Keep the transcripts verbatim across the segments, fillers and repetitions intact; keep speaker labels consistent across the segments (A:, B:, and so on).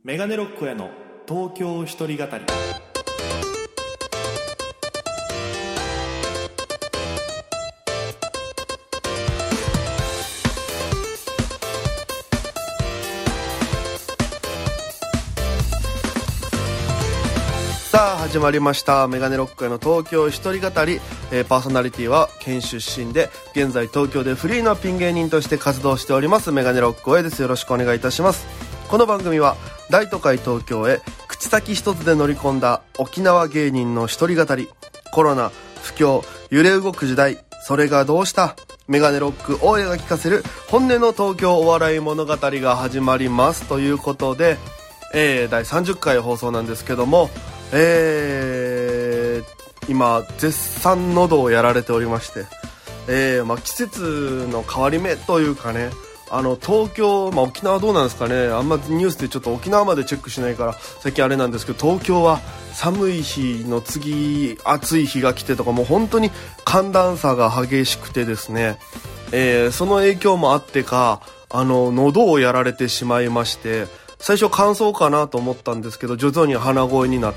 A: メガネロックへの東京一人語り。
B: さあ始まりましたメガネロックへの東京一人語り、えー、パーソナリティは県出身で現在東京でフリーのピン芸人として活動しておりますメガネロックへです。よろしくお願いいたします。この番組は大都会東京へ口先一つで乗り込んだ沖縄芸人の一人語り。コロナ、不況、揺れ動く時代、それがどうした、メガネロック大家が聞かせる本音の東京お笑い物語が始まりますということで、えー、だいさんじゅっかい放送なんですけども、えー、今絶賛喉をやられておりまして、えーまあ、季節の変わり目というかね、あの東京、まあ、沖縄どうなんですかね、あんまニュースでちょっと沖縄までチェックしないから最近あれなんですけど、東京は寒い日の次暑い日が来てとか、もう本当に寒暖差が激しくてですね、えー、その影響もあってかあの喉をやられてしまいまして、最初乾燥かなと思ったんですけど徐々に鼻声になって、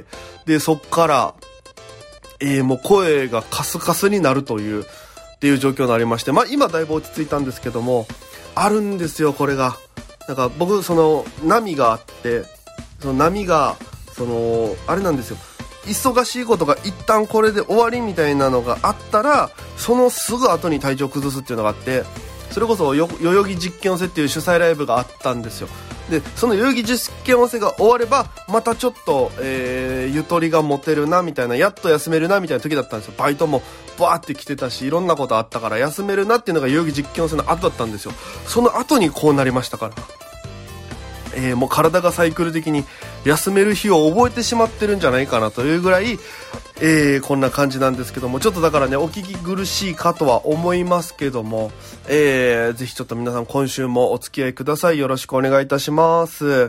B: でそっから、えー、もう声がカスカスになるというっていう状況になりまして、まあ今だいぶ落ち着いたんですけども、あるんですよこれが。なんか僕その波があって、その波がそのあれなんですよ、忙しいことが一旦これで終わりみたいなのがあったらそのすぐ後に体調崩すっていうのがあって、それこそよ代々木実験寄せっていう主催ライブがあったんですよ。でその代々木実験寄せが終わればまたちょっと、えー、ゆとりが持てるなみたいな、やっと休めるなみたいな時だったんですよ。バイトもバーって来てたしいろんなことあったから休めるなっていうのが代々木実験寄せの後だったんですよ。その後にこうなりましたから、えー、もう体がサイクル的に休める日を覚えてしまってるんじゃないかなというぐらい、えー、こんな感じなんですけども、ちょっとだからねお聞き苦しいかとは思いますけども、えー、ぜひちょっと皆さん今週もお付き合いください。よろしくお願いいたします。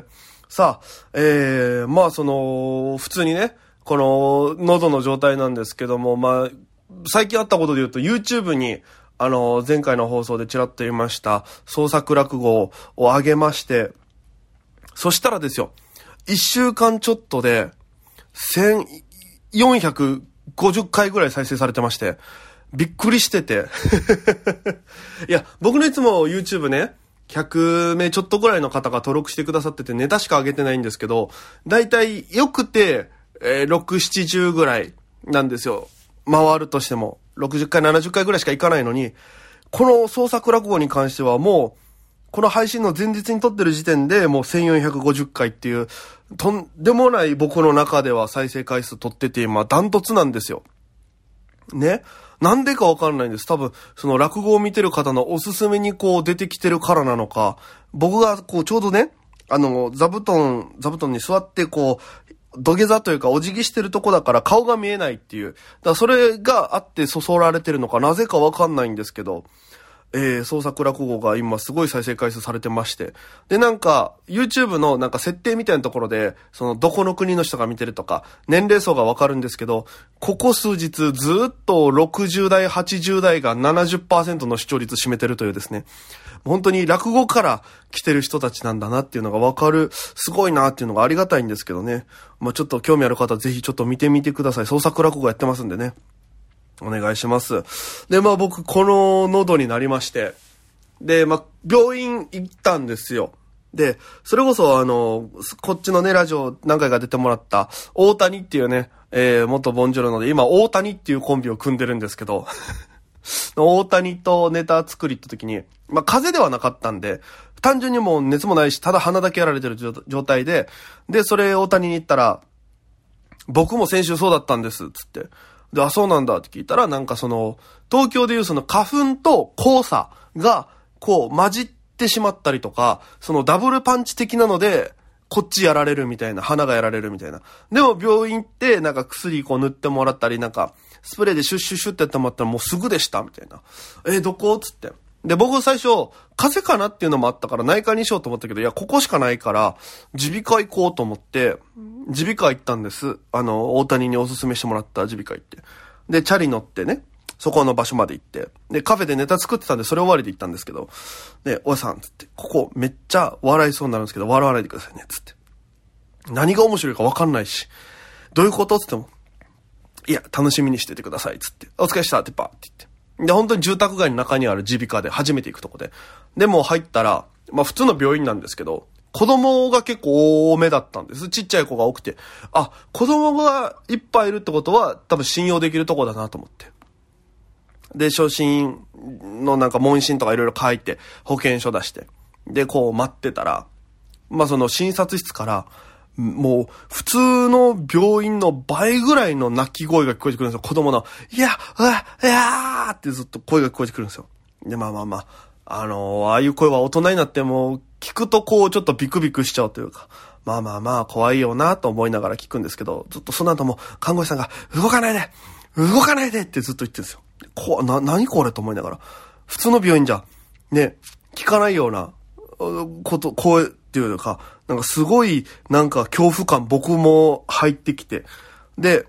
B: さあ、えー、まあその普通にねこの喉の状態なんですけども、まあ最近あったことで言うと YouTube にあの前回の放送でちらっと言いました創作落語を上げまして、そしたらですよ、いっしゅうかんちょっとでせんよんひゃくごじゅっかいぐらい再生されてまして、びっくりしてていや僕のいつも YouTube ねひゃくめいちょっとぐらいの方が登録してくださってて、ネタしか上げてないんですけど、だいたいよくて、えー、ろく、ななじゅうぐらいなんですよ。回るとしてもろくじゅっかいななじゅっかいぐらいしかいかないのに、この創作落語に関してはもうこの配信の前日に撮ってる時点でもうせんよんひゃくごじゅっかいっていうとんでもない僕の中では再生回数撮ってて今ダントツなんですよね。なんでかわかんないんです。多分その落語を見てる方のおすすめにこう出てきてるからなのか、僕がこうちょうどねあの座布団座布団に座ってこう土下座というかお辞儀してるとこだから顔が見えないっていう、だからそれがあってそそられてるのかなぜかわかんないんですけど、えー、創作落語が今すごい再生回数されてまして、でなんか YouTube のなんか設定みたいなところでそのどこの国の人が見てるとか年齢層がわかるんですけど、ここ数日ずっとろくじゅうだいはちじゅうだいが ななじゅっパーセント の視聴率占めてるというですね、本当に落語から来てる人たちなんだなっていうのがわかる、すごいなっていうのがありがたいんですけどね。まあ、ちょっと興味ある方ぜひちょっと見てみてください。創作落語やってますんでね、お願いします。で、まあ僕、この喉になりまして、で、まあ病院行ったんですよ。で、それこそあの、こっちのね、ラジオ何回か出てもらった、大谷っていうね、えー、元ボンジョルノで、今、大谷っていうコンビを組んでるんですけど、大谷とネタ作りって時に、まあ風邪ではなかったんで、単純にもう熱もないし、ただ鼻だけやられてる状態で、で、それ大谷に言ったら、僕も先週そうだったんです、つって。で、あ、そうなんだって聞いたら、なんかその、東京でいうその花粉と黄砂が、こう、混じってしまったりとか、そのダブルパンチ的なので、こっちやられるみたいな、鼻がやられるみたいな。でも病院って、なんか薬こう塗ってもらったり、なんか、スプレーでシュッシュッシュッってやってもらったらもうすぐでした、みたいな。えー、どこつって。で、僕最初、風邪かなっていうのもあったから内科にしようと思ったけど、いや、ここしかないから、耳鼻科行こうと思って、耳鼻科行ったんです。あの、大谷におすすめしてもらった耳鼻科行って。で、チャリ乗ってね、そこの場所まで行って、で、カフェでネタ作ってたんで、それ終わりで行ったんですけど、で、おじさん、つって、ここめっちゃ笑いそうになるんですけど、笑わないでくださいね、つって。 何が面白いか分かんないし、どういうことって言っても、いや、楽しみにしててくださいっつって、お疲れしたってバーって言って。で、本当に住宅街の中にある耳鼻科で初めて行くとこで。で、もう入ったら、まあ普通の病院なんですけど、子供が結構多めだったんです。ちっちゃい子が多くて。あ、子供がいっぱいいるってことは多分信用できるとこだなと思って。で、昇進のなんか問診とかいろいろ書いて、保険証出して。で、こう待ってたら、まあその診察室から、もう普通の病院の倍ぐらいの泣き声が聞こえてくるんですよ。子供の、いや、うわ、いやーってずっと声が聞こえてくるんですよ。で、まあまあまあ、あのー、ああいう声は大人になっても聞くとこうちょっとビクビクしちゃうというか、まあまあまあ怖いよなと思いながら聞くんですけど、ずっとその後も看護師さんが動かないで動かないでってずっと言ってるんですよ。こな、何これと思いながら、普通の病院じゃね、聞かないようなこと、声っていうか、なんかすごいなんか恐怖感僕も入ってきて、で、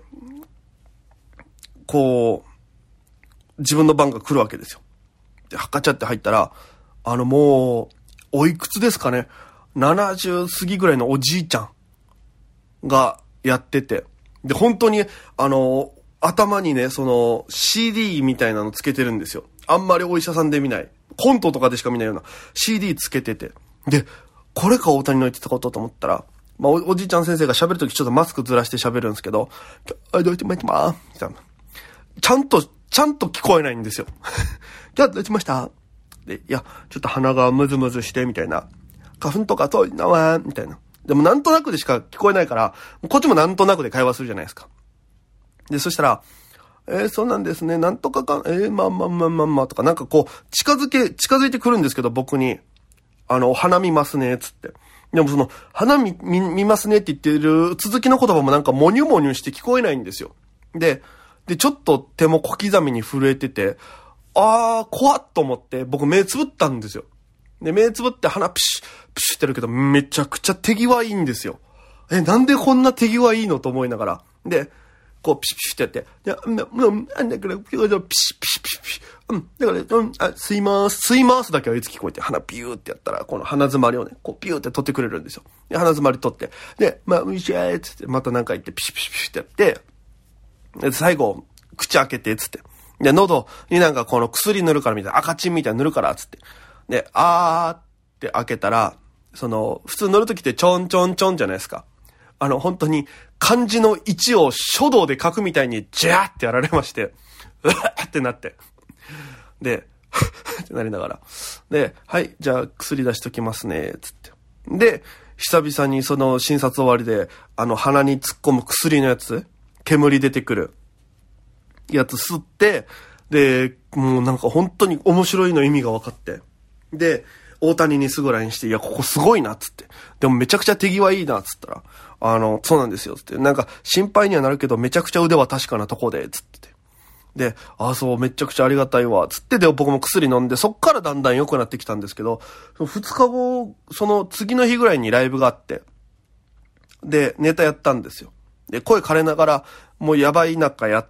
B: こう、自分の番が来るわけですよ。で、はかちゃって入ったら、あのもう、おいくつですかね、ななじゅう過ぎぐらいのおじいちゃんがやってて、で、本当に、あの、頭にね、その シーディー みたいなのつけてるんですよ。あんまりお医者さんで見ない。コントとかでしか見ないような シーディー つけてて。で、これか大谷の言ってたことと思ったら、まあ、お, おじいちゃん先生が喋るときちょっとマスクずらして喋るんですけど、あ、どういてまいてまーみたいな。ちゃんと、ちゃんと聞こえないんですよ。じゃあ、どうしましたで、いや、ちょっと鼻がムズムズして、みたいな。花粉とかそういうのは、みたいな。でもなんとなくでしか聞こえないから、こっちもなんとなくで会話するじゃないですか。で、そしたら、えー、そうなんですね。なんとかか、えー、まあまあまあまあまあとか、なんかこう、近づけ、近づいてくるんですけど、僕に、あの、花見ますね、つって。でもその、花見、見、見ますねって言ってる続きの言葉もなんかモニュモニュして聞こえないんですよ。で、で、ちょっと手も小刻みに震えてて、あー、怖っと思って、僕目つぶったんですよ。で、目つぶって鼻プシュ、プシュってるけど、めちゃくちゃ手際いいんですよ。え、なんでこんな手際いいのと思いながら。で、こう、ピシピシってやって、で、うん、うん、だから、ピシピシピシピシ、うん、だから、うん、あ、吸います、吸いますだけはいつ聞こえて、鼻ピューってやったら、この鼻詰まりをね、こう、ピューって取ってくれるんですよ。で、鼻詰まり取って、で、まあ、うしゃーっつって、またなんか言って、ピシピシピシってやって、で、最後、口開けて、つって。で、喉になんかこの薬塗るからみたいな、赤チンみたいな塗るから、つって。で、あーって開けたら、その、普通塗るときってちょんちょんちょんじゃないですか。あの、本当に、漢字の一を書道で書くみたいに、ジャーってやられまして、うわーってなって。で、ってなりながら。で、はい、じゃあ薬出しときますね、つって。で、久々にその診察終わりで、あの、鼻に突っ込む薬のやつ、煙出てくるやつ吸って、で、もうなんか本当に面白いの意味が分かって。で、大谷にすぐラインして、いや、ここすごいな、つって。でもめちゃくちゃ手際いいな、つったら、あの、そうなんですよ、つって。なんか心配にはなるけど、めちゃくちゃ腕は確かなとこで、つって。で、あ、そう、めちゃくちゃありがたいわ、つって。で、僕も薬飲んで、そっからだんだん良くなってきたんですけど、ふつかご、その次の日ぐらいにライブがあって、で、ネタやったんですよ。で、声枯れながら、もうやばい中やって、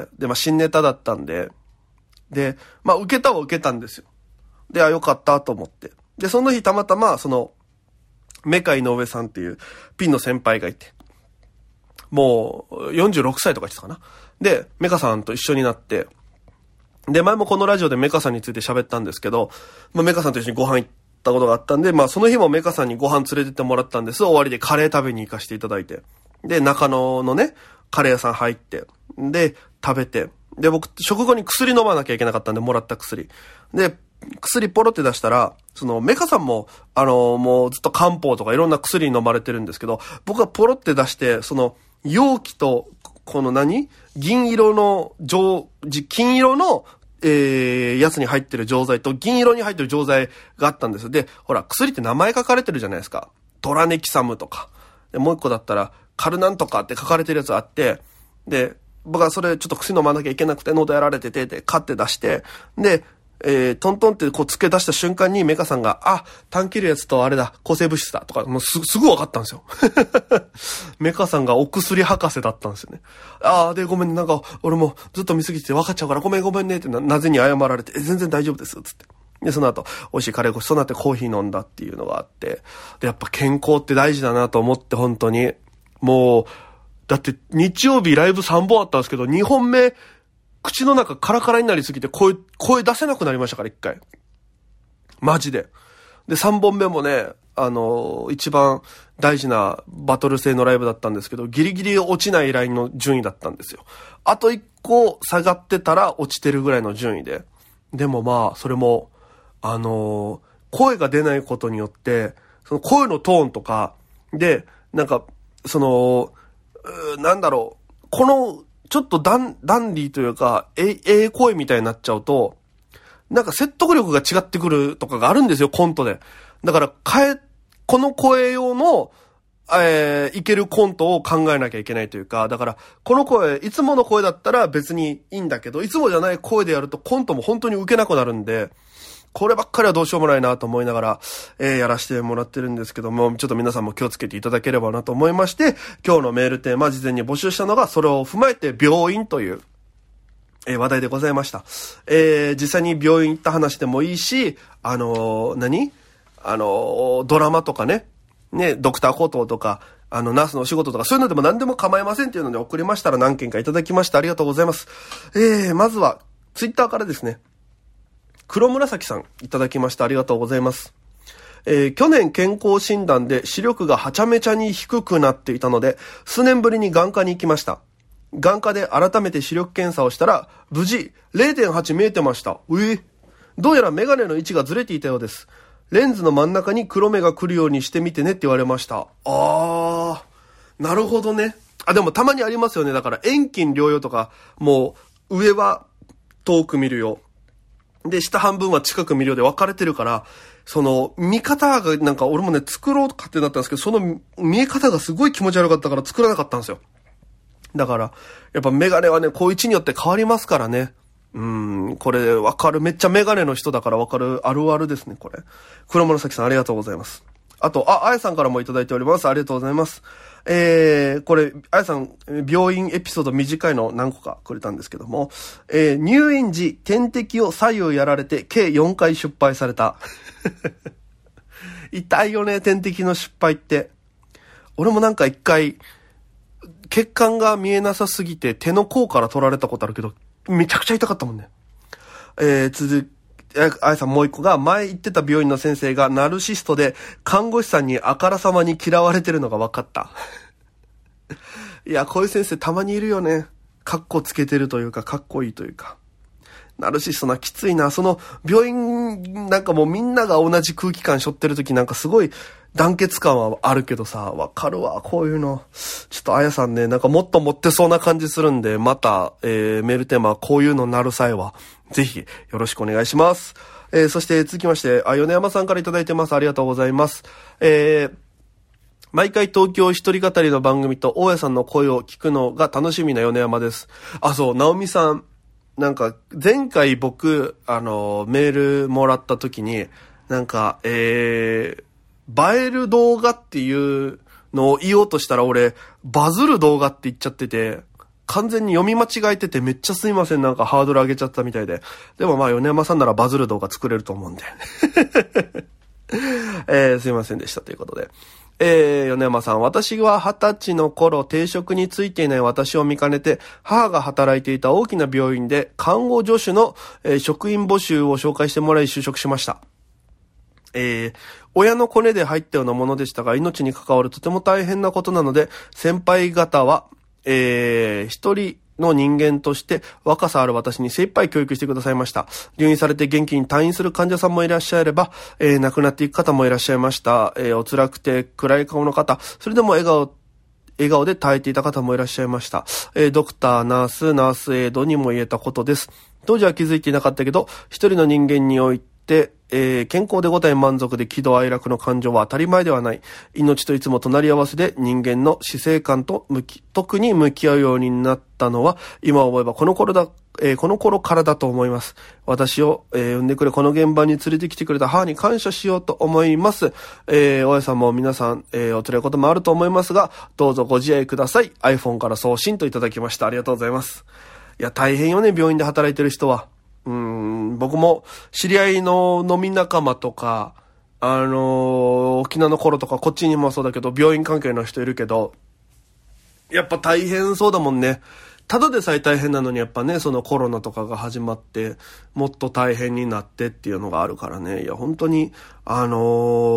B: で、まあ、新ネタだったんで、で、まあ、受けたは受けたんですよ。で、あ、よかったと思って。で、その日たまたま、その、メカ井上さんっていうピンの先輩がいて、もうよんじゅうろくさいとか言ってたかな。で、メカさんと一緒になって、で、前もこのラジオでメカさんについて喋ったんですけど、まあ、メカさんと一緒にご飯行ったことがあったんで、まあ、その日もメカさんにご飯連れてってもらったんです。終わりでカレー食べに行かせていただいて。で、中野のね、カレー屋さん入って、で、食べて、で、僕、食後に薬飲まなきゃいけなかったんで、もらった薬。で、薬ポロって出したら、その、メカさんも、あの、もうずっと漢方とかいろんな薬飲まれてるんですけど、僕はポロって出して、その、容器と、この何銀色の、錠、金色の、えー、やつに入ってる錠剤と、銀色に入ってる錠剤があったんです。で、ほら、薬って名前書かれてるじゃないですか。トラネキサムとか。で、もう一個だったら、カルナンとかって書かれてるやつあって、で、僕はそれちょっと薬飲まなきゃいけなくて喉やられてて、で、買って出して、で、えー、トントンってこう付け出した瞬間にメカさんが、あ、炭切るやつとあれだ、抗生物質だとか、もうす、すぐ分かったんですよ。メカさんがお薬博士だったんですよね。あー、で、ごめんね、なんか、俺もずっと見すぎて分かっちゃうから、ごめんごめんねってな、なぜに謝られて、え、全然大丈夫です、つって。で、その後、美味しいカレーごちそうになってコーヒー飲んだっていうのがあって、で、やっぱ健康って大事だなと思って、本当に。 もう、だって日曜日ライブさんぼんあったんですけど、にほんめ、口の中カラカラになりすぎて声、声出せなくなりましたから、一回。マジで。で、さんぼんめもね、あの、一番大事なバトル制のライブだったんですけど、ギリギリ落ちないラインの順位だったんですよ。あと一個下がってたら落ちてるぐらいの順位で。でもまあ、それも、あの、声が出ないことによって、その声のトーンとか、で、なんか、その、なんだろう、この、ちょっとダン、ダンディーというか、え、ええ声みたいになっちゃうと、なんか説得力が違ってくるとかがあるんですよ、コントで。だから、変え、この声用の、えー、いけるコントを考えなきゃいけないというか、だから、この声、いつもの声だったら別にいいんだけど、いつもじゃない声でやるとコントも本当に受けなくなるんで、こればっかりはどうしようもないなと思いながら、えー、やらせてもらってるんですけども、ちょっと皆さんも気をつけていただければなと思いまして、今日のメールテーマ事前に募集したのが、それを踏まえて病院という、えー、話題でございました。えー、実際に病院行った話でもいいし、あのー、何あのー、ドラマとかね、ね、ドクターコトーとか、あの、ナースのお仕事とか、そういうのでも何でも構いませんっていうので送りましたら何件かいただきました。ありがとうございます。えー、まずは、ツイッターからですね。黒紫さんいただきました。ありがとうございます。えー、去年健康診断で視力がはちゃめちゃに低くなっていたので、数年ぶりに眼科に行きました。眼科で改めて視力検査をしたら、無事 れいてんはち 見えてました。うえどうやらメガネの位置がずれていたようです。レンズの真ん中に黒目が来るようにしてみてねって言われました。あー、なるほどね。あ、でもたまにありますよね。だから遠近両用とか、もう上は遠く見るよ。で、下半分は近く見るようで分かれてるから、その、見方がなんか俺もね、作ろうかってなったんですけど、その見え方がすごい気持ち悪かったから作らなかったんですよ。だから、やっぱメガネはね、こう位置によって変わりますからね。うーん、これ分かる。めっちゃメガネの人だから分かる。あるあるですね、これ。黒紫さんありがとうございます。あと、あ、あやさんからもいただいております。ありがとうございます。えー、これ、あやさん、病院エピソード短いの何個かくれたんですけども、えー、入院時、点滴を左右やられて、計よんかい失敗された。痛いよね、点滴の失敗って。俺もなんか一回、血管が見えなさすぎて、手の甲から取られたことあるけど、めちゃくちゃ痛かったもんね。えー、続あやさんもう一個が、前行ってた病院の先生がナルシストで、看護師さんにあからさまに嫌われてるのが分かった。いや、こういう先生たまにいるよね。カッコつけてるというか、かっこいいというか。ナルシストな、きついな。その、病院、なんかもうみんなが同じ空気感背負ってるときなんかすごい団結感はあるけどさ、わかるわ、こういうの。ちょっとあやさんね、なんかもっと持ってそうな感じするんで、また、えー、メールテーマ、こういうのなる際は、ぜひ、よろしくお願いします。えー、そして続きまして、あ、米山さんからいただいてます。ありがとうございます。えー、毎回東京一人語りの番組と大家さんの声を聞くのが楽しみな米山です。あ、そう、直美さん。なんか、前回僕、あの、メールもらった時に、なんか、えー、映える動画っていうのを言おうとしたら俺、バズる動画って言っちゃってて、完全に読み間違えててめっちゃすいません。なんかハードル上げちゃったみたいで。でもまあ、米山さんならバズる動画作れると思うんで。えー、すいませんでしたということで。えー、米山さん、私は二十歳の頃、定職についていない私を見かねて、母が働いていた大きな病院で、看護助手の、えー、職員募集を紹介してもらい就職しました。えー、親のコネで入ったようなものでしたが、命に関わるとても大変なことなので、先輩方は、えー、一人の人間として若さある私に精一杯教育してくださいました。入院されて元気に退院する患者さんもいらっしゃれば、えー、亡くなっていく方もいらっしゃいました。えー、お辛くて暗い顔の方、それでも笑顔、笑顔で耐えていた方もいらっしゃいました。えー、ドクター、ナース、ナースエイドにも言えたことです。当時は気づいていなかったけど、一人の人間において、で、えー、健康でご体満足で喜怒哀楽の感情は当たり前ではない。命といつも隣り合わせで人間の死生観と向き、特に向き合うようになったのは、今思えばこの頃だ、えー、この頃からだと思います。私を、えー、産んでくれ、この現場に連れてきてくれた母に感謝しようと思います。えー、大家さんも皆さん、えー、お辛いこともあると思いますが、どうぞご自愛ください。iPhone から送信といただきました。ありがとうございます。いや、大変よね、病院で働いてる人は。うーん、僕も知り合いの飲み仲間とか、あのー、沖縄の頃とかこっちにもそうだけど、病院関係の人いるけど、 やっぱ大変そうだもんね。ただでさえ大変なのにやっぱね、そのコロナとかが始まってもっと大変になってっていうのがあるからね。いや本当にあの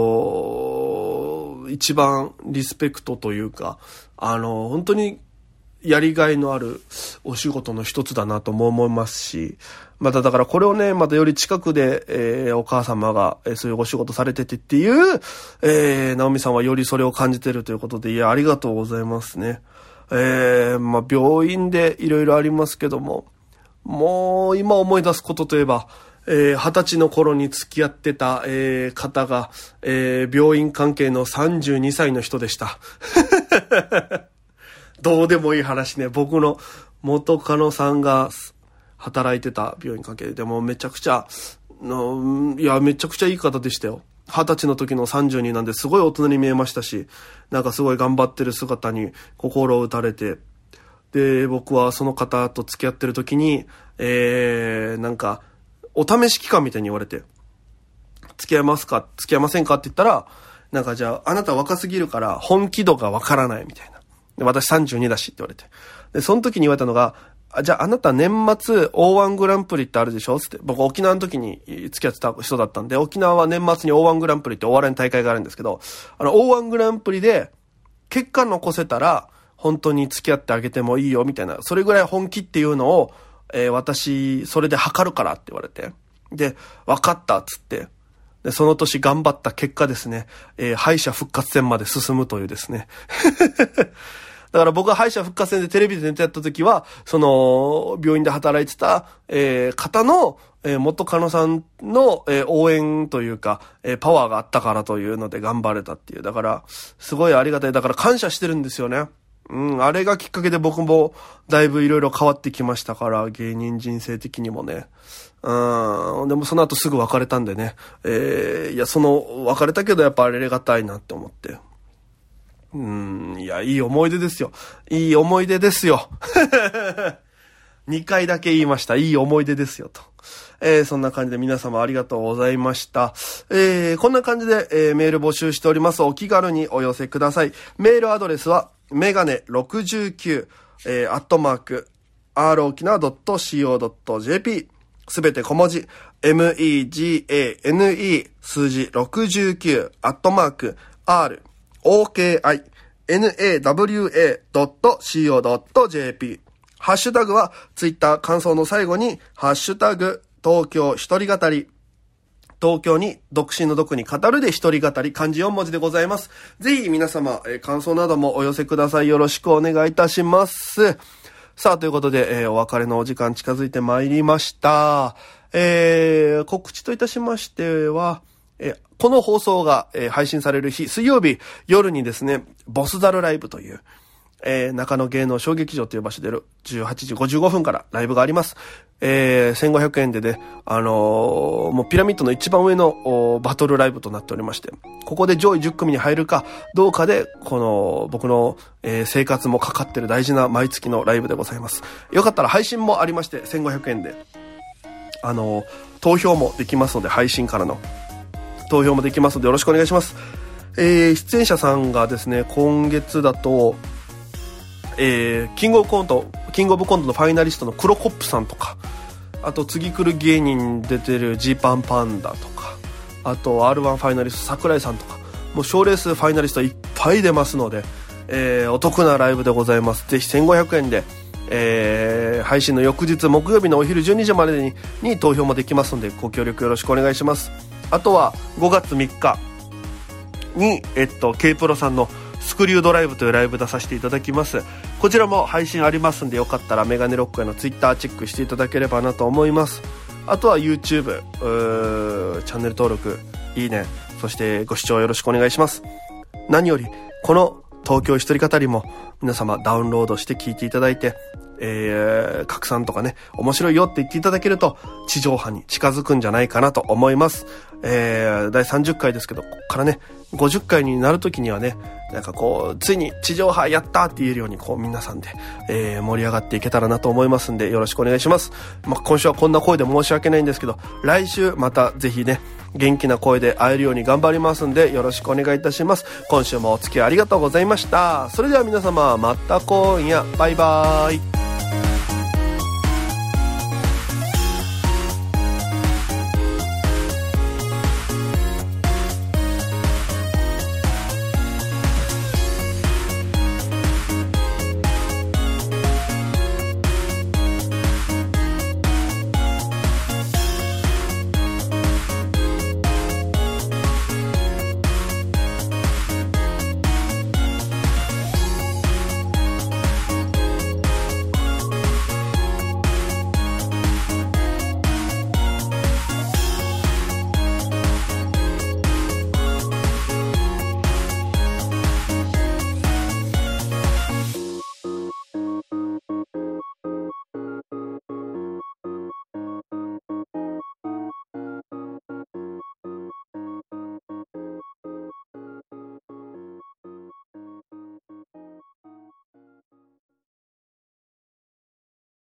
B: ー、一番リスペクトというか、あのー、本当にやりがいのあるお仕事の一つだなとも思いますし、まただからこれをね、またより近くで、えー、お母様が、えー、そういうお仕事されててっていう、えー、直美さんはよりそれを感じてるということで、いやありがとうございますね。えー、まあ、病院でいろいろありますけども、もう今思い出すことといえば、えー、二十歳の頃に付き合ってた、えー、方が、えー、病院関係のさんじゅうにさいの人でした。どうでもいい話ね。僕の元カノさんが働いてた病院関係で、もめちゃくちゃの、いやめちゃくちゃいい方でしたよ。二十歳の時のさんじゅうになんですごい大人に見えましたし、なんかすごい頑張ってる姿に心を打たれて、で僕はその方と付き合ってる時に、えー、なんかお試し期間みたいに言われて、付き合いますか付き合いませんかって言ったら、なんかじゃああなた若すぎるから本気度がわからないみたいな。で私さんじゅうにだしって言われて、でその時に言われたのが、あじゃああなた年末 オーワン グランプリってあるでしょつって、僕沖縄の時に付き合ってた人だったんで、沖縄は年末に オーワン グランプリってお笑いの大会があるんですけど、あの オーワン グランプリで結果残せたら本当に付き合ってあげてもいいよみたいな、それぐらい本気っていうのを、えー、私それで測るからって言われて、で分かったっつって、でその年頑張った結果ですね、えー、敗者復活戦まで進むというですねだから僕が敗者復活戦でテレビでネタやった時は、その病院で働いてた、えー、方の、えー、元カノさんの、えー、応援というか、えー、パワーがあったからというので頑張れたっていう、だからすごいありがたい。だから感謝してるんですよね。うん、あれがきっかけで僕もだいぶいろいろ変わってきましたから、芸人人生的にもね。うん、でもその後すぐ別れたんでね、えー、いやその別れたけどやっぱありがたいなって思って。うーん、いや、いい思い出ですよ。いい思い出ですよ。にかいだけ言いました。いい思い出ですよと。えー、そんな感じで皆様ありがとうございました。えー、こんな感じで、えー、メール募集しております。お気軽にお寄せください。メールアドレスは、メガネろくじゅうきゅう、えー、アットマーク、r 沖縄 .co.jp、すべて小文字、megane 数字ろくじゅうきゅう、アットマーク、rオーケーアイエヌエーダブリューエードットシーオードットジェーピー。ハッシュタグはツイッター感想の最後にハッシュタグ東京一人語り。東京に独身の独に語るで一人語り、漢字よん文字でございます。ぜひ皆様、えー、感想などもお寄せください。よろしくお願いいたします。さあということで、えー、お別れのお時間近づいてまいりました。えー、告知といたしましては、えーこの放送が、えー、配信される日、水曜日夜にですね、ボスザルライブという、えー、中野芸能小劇場という場所でじゅうはちじごじゅうごふんからライブがあります。えー、せんごひゃくえんでね、あのー、もうピラミッドの一番上のバトルライブとなっておりまして、ここで上位じゅっくみに入るかどうかで、この僕の、えー、生活もかかってる大事な毎月のライブでございます。よかったら配信もありまして、せんごひゃくえんで、あのー、投票もできますので、配信からの。投票もできますのでよろしくお願いします。えー、出演者さんがですね、今月だと、えー、キングオブコント、キングオブコントのファイナリストのクロコップさんとか、あと次来る芸人出てるジーパンパンダとか、あと アールワン ファイナリスト桜井さんとか、もう賞レースファイナリストいっぱい出ますので、えー、お得なライブでございます。ぜひせんごひゃくえんで、えー、配信の翌日木曜日のお昼じゅうにじまでに、に投票もできますのでご協力よろしくお願いします。あとはごがつみっかに、えっと、K プロさんのスクリュードライブというライブ出させていただきます。こちらも配信ありますんで、よかったらメガネロックへのツイッターチェックしていただければなと思います。あとは YouTube、チャンネル登録、いいね、そしてご視聴よろしくお願いします。何よりこの東京一人語りも皆様ダウンロードして聞いていただいて、 えー、拡散とかね、面白いよって言っていただけると、地上波に近づくんじゃないかなと思います。えー、だいさんじゅっかいですけど、ここからね、ごじゅっかいになるときにはね、なんかこう、ついに地上波やったって言えるように、こう、皆さんで、えー、盛り上がっていけたらなと思いますんで、よろしくお願いします。まあ、今週はこんな声で申し訳ないんですけど、来週またぜひね、元気な声で会えるように頑張りますんで、よろしくお願いいたします。今週もお付き合いありがとうございました。それでは皆様、また今夜、バイバーイ。